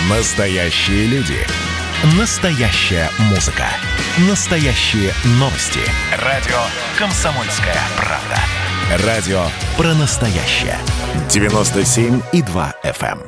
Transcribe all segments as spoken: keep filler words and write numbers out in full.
Настоящие люди. Настоящая музыка. Настоящие новости. Радио «Комсомольская правда». Радио про настоящее. девяносто семь и два эф эм.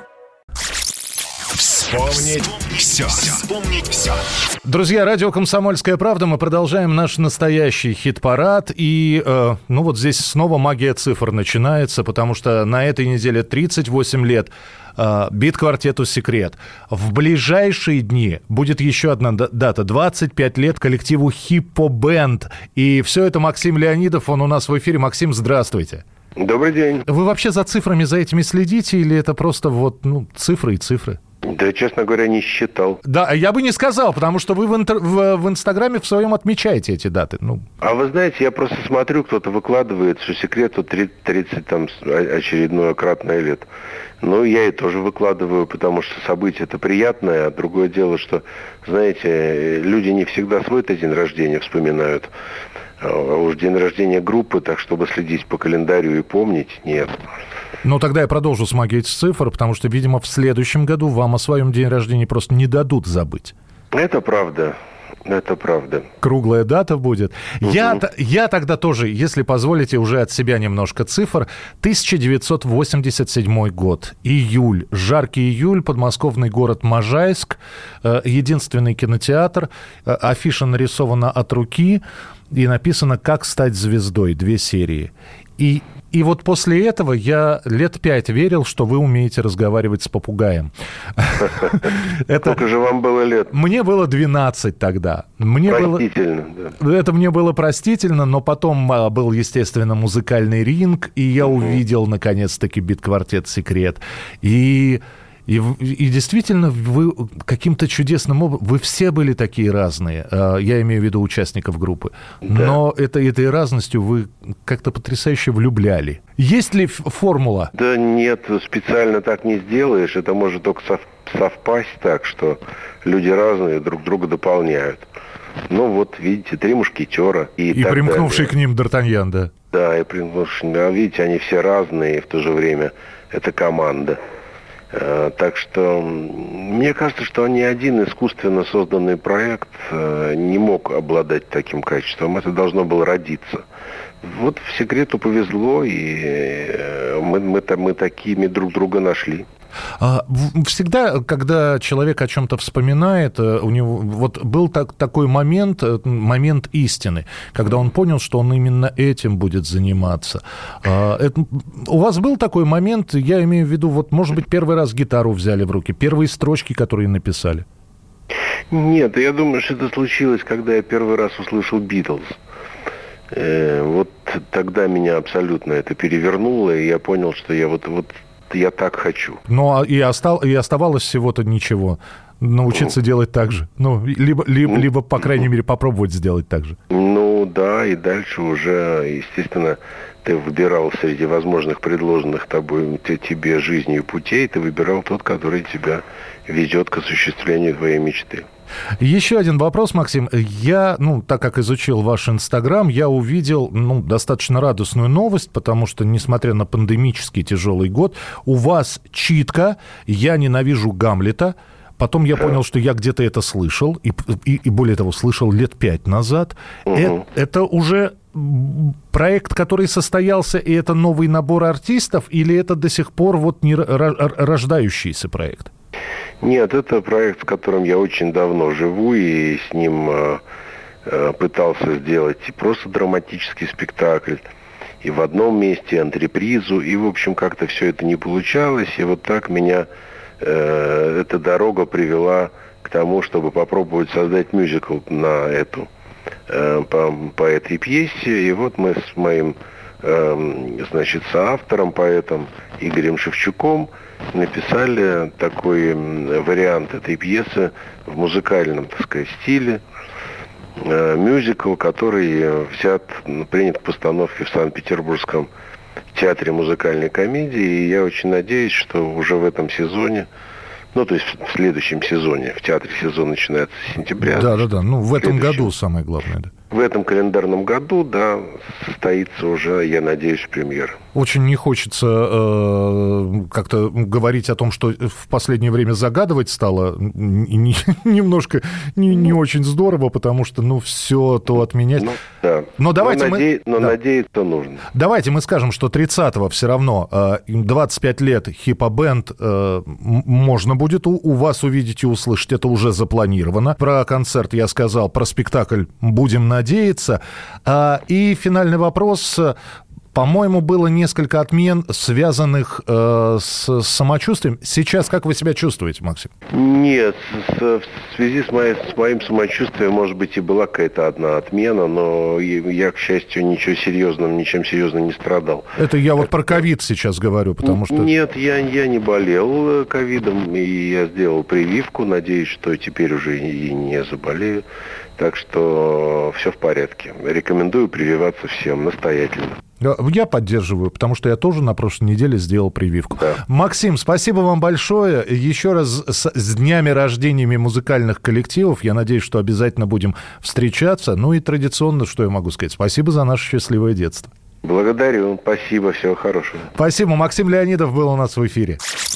Вспомнить все. Вспомнить все. Друзья, радио «Комсомольская правда». Мы продолжаем наш настоящий хит-парад. И, э, ну вот здесь снова магия цифр начинается, потому что на этой неделе тридцать восемь лет э, бит-квартету «Секрет». В ближайшие дни будет еще одна дата. двадцать пять лет коллективу «Хиппо-бенд». И все это Максим Леонидов, он у нас в эфире. Максим, здравствуйте. Добрый день. Вы вообще за цифрами, за этими следите? Или это просто вот, ну, цифры и цифры? Да, честно говоря, не считал. Да, я бы не сказал, потому что вы в, интер... в, в Инстаграме в своем отмечаете эти даты. Ну. А вы знаете, я просто смотрю, кто-то выкладывает, что «Секрету» тридцать, тридцать там, очередное кратное лет. Ну, я и тоже выкладываю, потому что событие это приятное. А другое дело, что, знаете, люди не всегда свой-то день рождения вспоминают. А уж день рождения группы, так чтобы следить по календарю и помнить, нет. Ну, тогда я продолжу с магией цифр, потому что, видимо, в следующем году вам о своем день рождения просто не дадут забыть. Это правда. Это правда. Круглая дата будет. Угу. Я, я тогда тоже, если позволите, уже от себя немножко цифр. тысяча девятьсот восемьдесят седьмой год. Июль. Жаркий июль. Подмосковный город Можайск. Единственный кинотеатр. Афиша нарисована от руки. И написано «Как стать звездой». Две серии. И... И вот после этого я лет пять верил, что вы умеете разговаривать с попугаем. Сколько же вам было лет? Мне было двенадцать тогда. Простительно, да. Это мне было простительно, но потом был, естественно, музыкальный ринг, и я увидел, наконец-таки, бит-квартет «Секрет». И... И, и действительно, вы каким-то чудесным образом... Вы все были такие разные, я имею в виду участников группы. Да. Но это, этой разностью вы как-то потрясающе влюбляли. Есть ли формула? Да нет, специально так не сделаешь. Это может только сов, совпасть так, что люди разные друг друга дополняют. Ну вот, видите, три мушкетера. И, и примкнувший далее. К ним Д'Артаньян, да? Да, и примкнувший. А видите, они все разные, и в то же время это команда. Так что мне кажется, что ни один искусственно созданный проект не мог обладать таким качеством. Это должно было родиться. Вот в «Секрету» повезло, и мы, мы, мы такими друг друга нашли. Всегда, когда человек о чем-то вспоминает, у него вот был так, такой момент, момент истины, когда он понял, что он именно этим будет заниматься. Это, у вас был такой момент, я имею в виду, вот, может быть, первый раз гитару взяли в руки, первые строчки, которые написали? Нет, я думаю, что это случилось, когда я первый раз услышал «Битлз». Вот тогда меня абсолютно это перевернуло, и я понял, что я вот... вот я так хочу. Ну, и, остал, и оставалось всего-то ничего. Научиться ну, делать так же. Ну, либо, либо, ну, либо, по крайней мере, попробовать сделать так же. Ну, да, и дальше уже, естественно, ты выбирал среди возможных предложенных тобой, тебе жизнью путей, ты выбирал тот, который тебя ведет к осуществлению твоей мечты. Еще один вопрос, Максим. Я, ну, так как изучил ваш Инстаграм, я увидел, ну, достаточно радостную новость, потому что, несмотря на пандемический тяжелый год, у вас читка «Я ненавижу Гамлета». Потом я понял, что я где-то это слышал, и, и, и более того, слышал лет пять назад. Угу. Это, это уже проект, который состоялся, и это новый набор артистов, или это до сих пор вот не рождающийся проект? Нет, это проект, в котором я очень давно живу, и с ним э, э, пытался сделать и просто драматический спектакль, и в одном месте антрепризу, и, в общем, как-то все это не получалось, и вот так меня э, эта дорога привела к тому, чтобы попробовать создать мюзикл на эту, э, по, по этой пьесе, и вот мы с моим, э, значит, соавтором, поэтом Игорем Шевчуком написали такой вариант этой пьесы в музыкальном, так сказать, стиле. Э, мюзикл, который взят, принят к постановке в Санкт-Петербургском театре музыкальной комедии. И я очень надеюсь, что уже в этом сезоне, ну, то есть в следующем сезоне, в театре сезон начинается с сентября. Да-да-да, ну, в этом году самое главное, да. В этом календарном году, да, состоится уже, я надеюсь, премьера. Очень не хочется э, как-то говорить о том, что в последнее время загадывать стало не, немножко не, не очень здорово, потому что, ну, все то отменять. Ну, да. Но давайте но, наде... мы... но да. надеяться нужно. Давайте мы скажем, что тридцатого все равно э, двадцать пять лет Хиппо-бенд э, можно будет у, у вас увидеть и услышать. Это уже запланировано. Про концерт я сказал, про спектакль будем надеяться. А, и финальный вопрос... По-моему, было несколько отмен, связанных э, с, с самочувствием. Сейчас как вы себя чувствуете, Максим? Нет, с, в связи с, моей, с моим самочувствием, может быть, и была какая-то одна отмена, но я, к счастью, ничего серьезного, ничем серьезным не страдал. Это я вот про ковид сейчас говорю, потому что... Нет, я, я не болел ковидом, и я сделал прививку. Надеюсь, что теперь уже и не заболею. Так что все в порядке. Рекомендую прививаться всем настоятельно. Я поддерживаю, потому что я тоже на прошлой неделе сделал прививку. Да. Максим, спасибо вам большое. Еще раз с, с днями рождениями музыкальных коллективов. Я надеюсь, что обязательно будем встречаться. Ну и традиционно, что я могу сказать? Спасибо за наше счастливое детство. Благодарю. Спасибо. Всего хорошего. Спасибо. Максим Леонидов был у нас в эфире.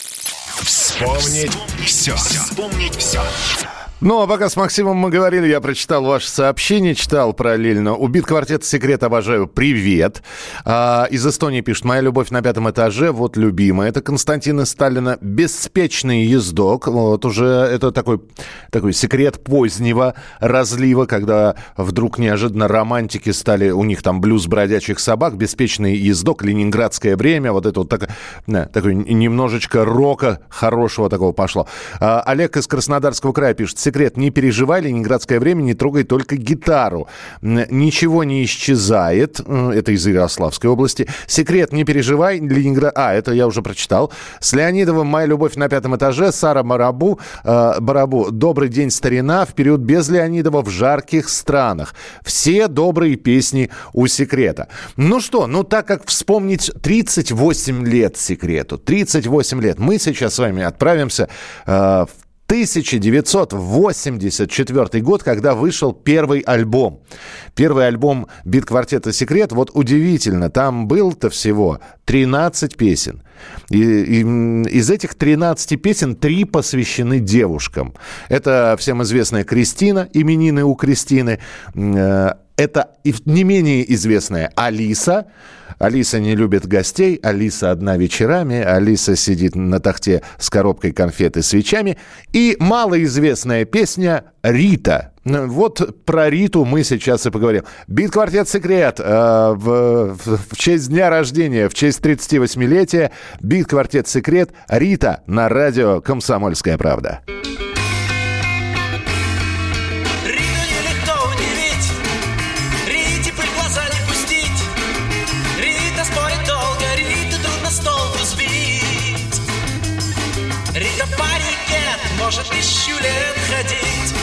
Вспомнить все. Вспомнить все. Ну, а пока с Максимом мы говорили, я прочитал ваше сообщение, читал параллельно. Убит квартет «Секрет», обожаю. Привет. А, из Эстонии пишет: моя любовь на пятом этаже, вот любимая. Это Константин из Сталина. Беспечный ездок. Вот уже это такой, такой секрет позднего разлива, когда вдруг неожиданно романтики стали, у них там блюз бродячих собак, беспечный ездок, ленинградское время, вот это вот так, да, такой немножечко рока хорошего такого пошло. А, Олег из Краснодарского края пишет: секрет, не переживай, ленинградское время, не трогай только гитару. Ничего не исчезает. Это из Ярославской области. Секрет, не переживай, Ленинград... А, это я уже прочитал. С Леонидовым «Моя любовь на пятом этаже». Сара Барабу. Э, Барабу. Добрый день, старина. В период без Леонидова в жарких странах. Все добрые песни у секрета. Ну что, ну так как вспомнить тридцать восемь лет секрету. тридцать восемь лет. Мы сейчас с вами отправимся э, в тысяча девятьсот восемьдесят четвёртый год, когда вышел первый альбом. Первый альбом бит-квартета «Секрет». Вот удивительно, там было-то всего тринадцать песен. И, и, из этих тринадцати песен три посвящены девушкам. Это всем известная Кристина, именины у Кристины. Это не менее известная Алиса. Алиса не любит гостей, Алиса одна вечерами, Алиса сидит на тахте с коробкой конфет и свечами. И малоизвестная песня «Рита». Вот про Риту мы сейчас и поговорим. Бит-квартет «Секрет» э, в, в, в честь дня рождения, в честь тридцативосьмилетия. Бит-квартет «Секрет», «Рита» на радио «Комсомольская правда». Может тысячу лет ходить.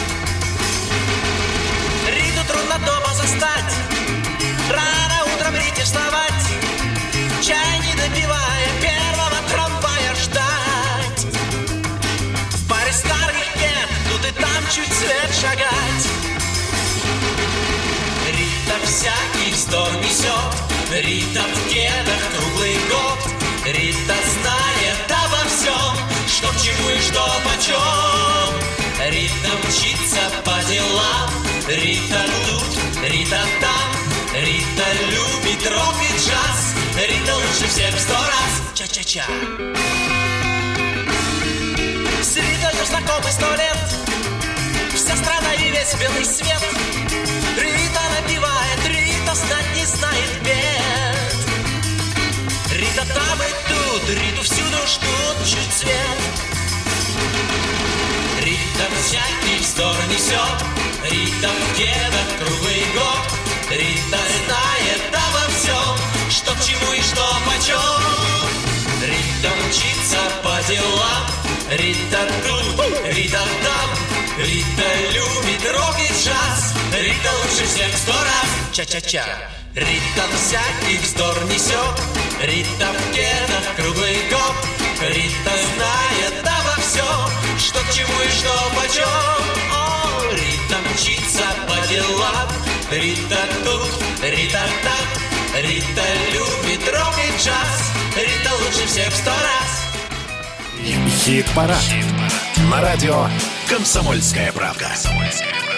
Риту трудно дома застать, рано утром Рите вставать, чай не допивая, первого трамвая ждать. В паре старых лет тут и там чуть свет шагать. Рита всякий вздор несет, Рита в кедах круглый год, Рита знает обо всем, что к чему и что почем. Рита мчится по делам, Рита тут, Рита там, Рита любит рок и джаз, Рита лучше всех в сто раз. Ча-ча-ча. С Ритой знакомы сто лет, вся страна и весь белый свет. Рита напевает, Рита знать не знает бед. Рита там и тут, Риту всюду ждут чуть свет. Рита всякий вздор несет, Рита в кедах круглый год, Рита знает обо всем, что к чему и что почем. Рита мчится по делам, Рита тут, Рита там, Рита любит рок и джаз, Рита лучше всех в сто раз. Ча-ча-ча. Рита всякий вздор несет, Рита в кедах круглый год, Рита знает обо всем, что к чему и что почем. О, Рита мчится по делам, Рита всех в сто раз. Хит-парад. На радио «Комсомольская правда».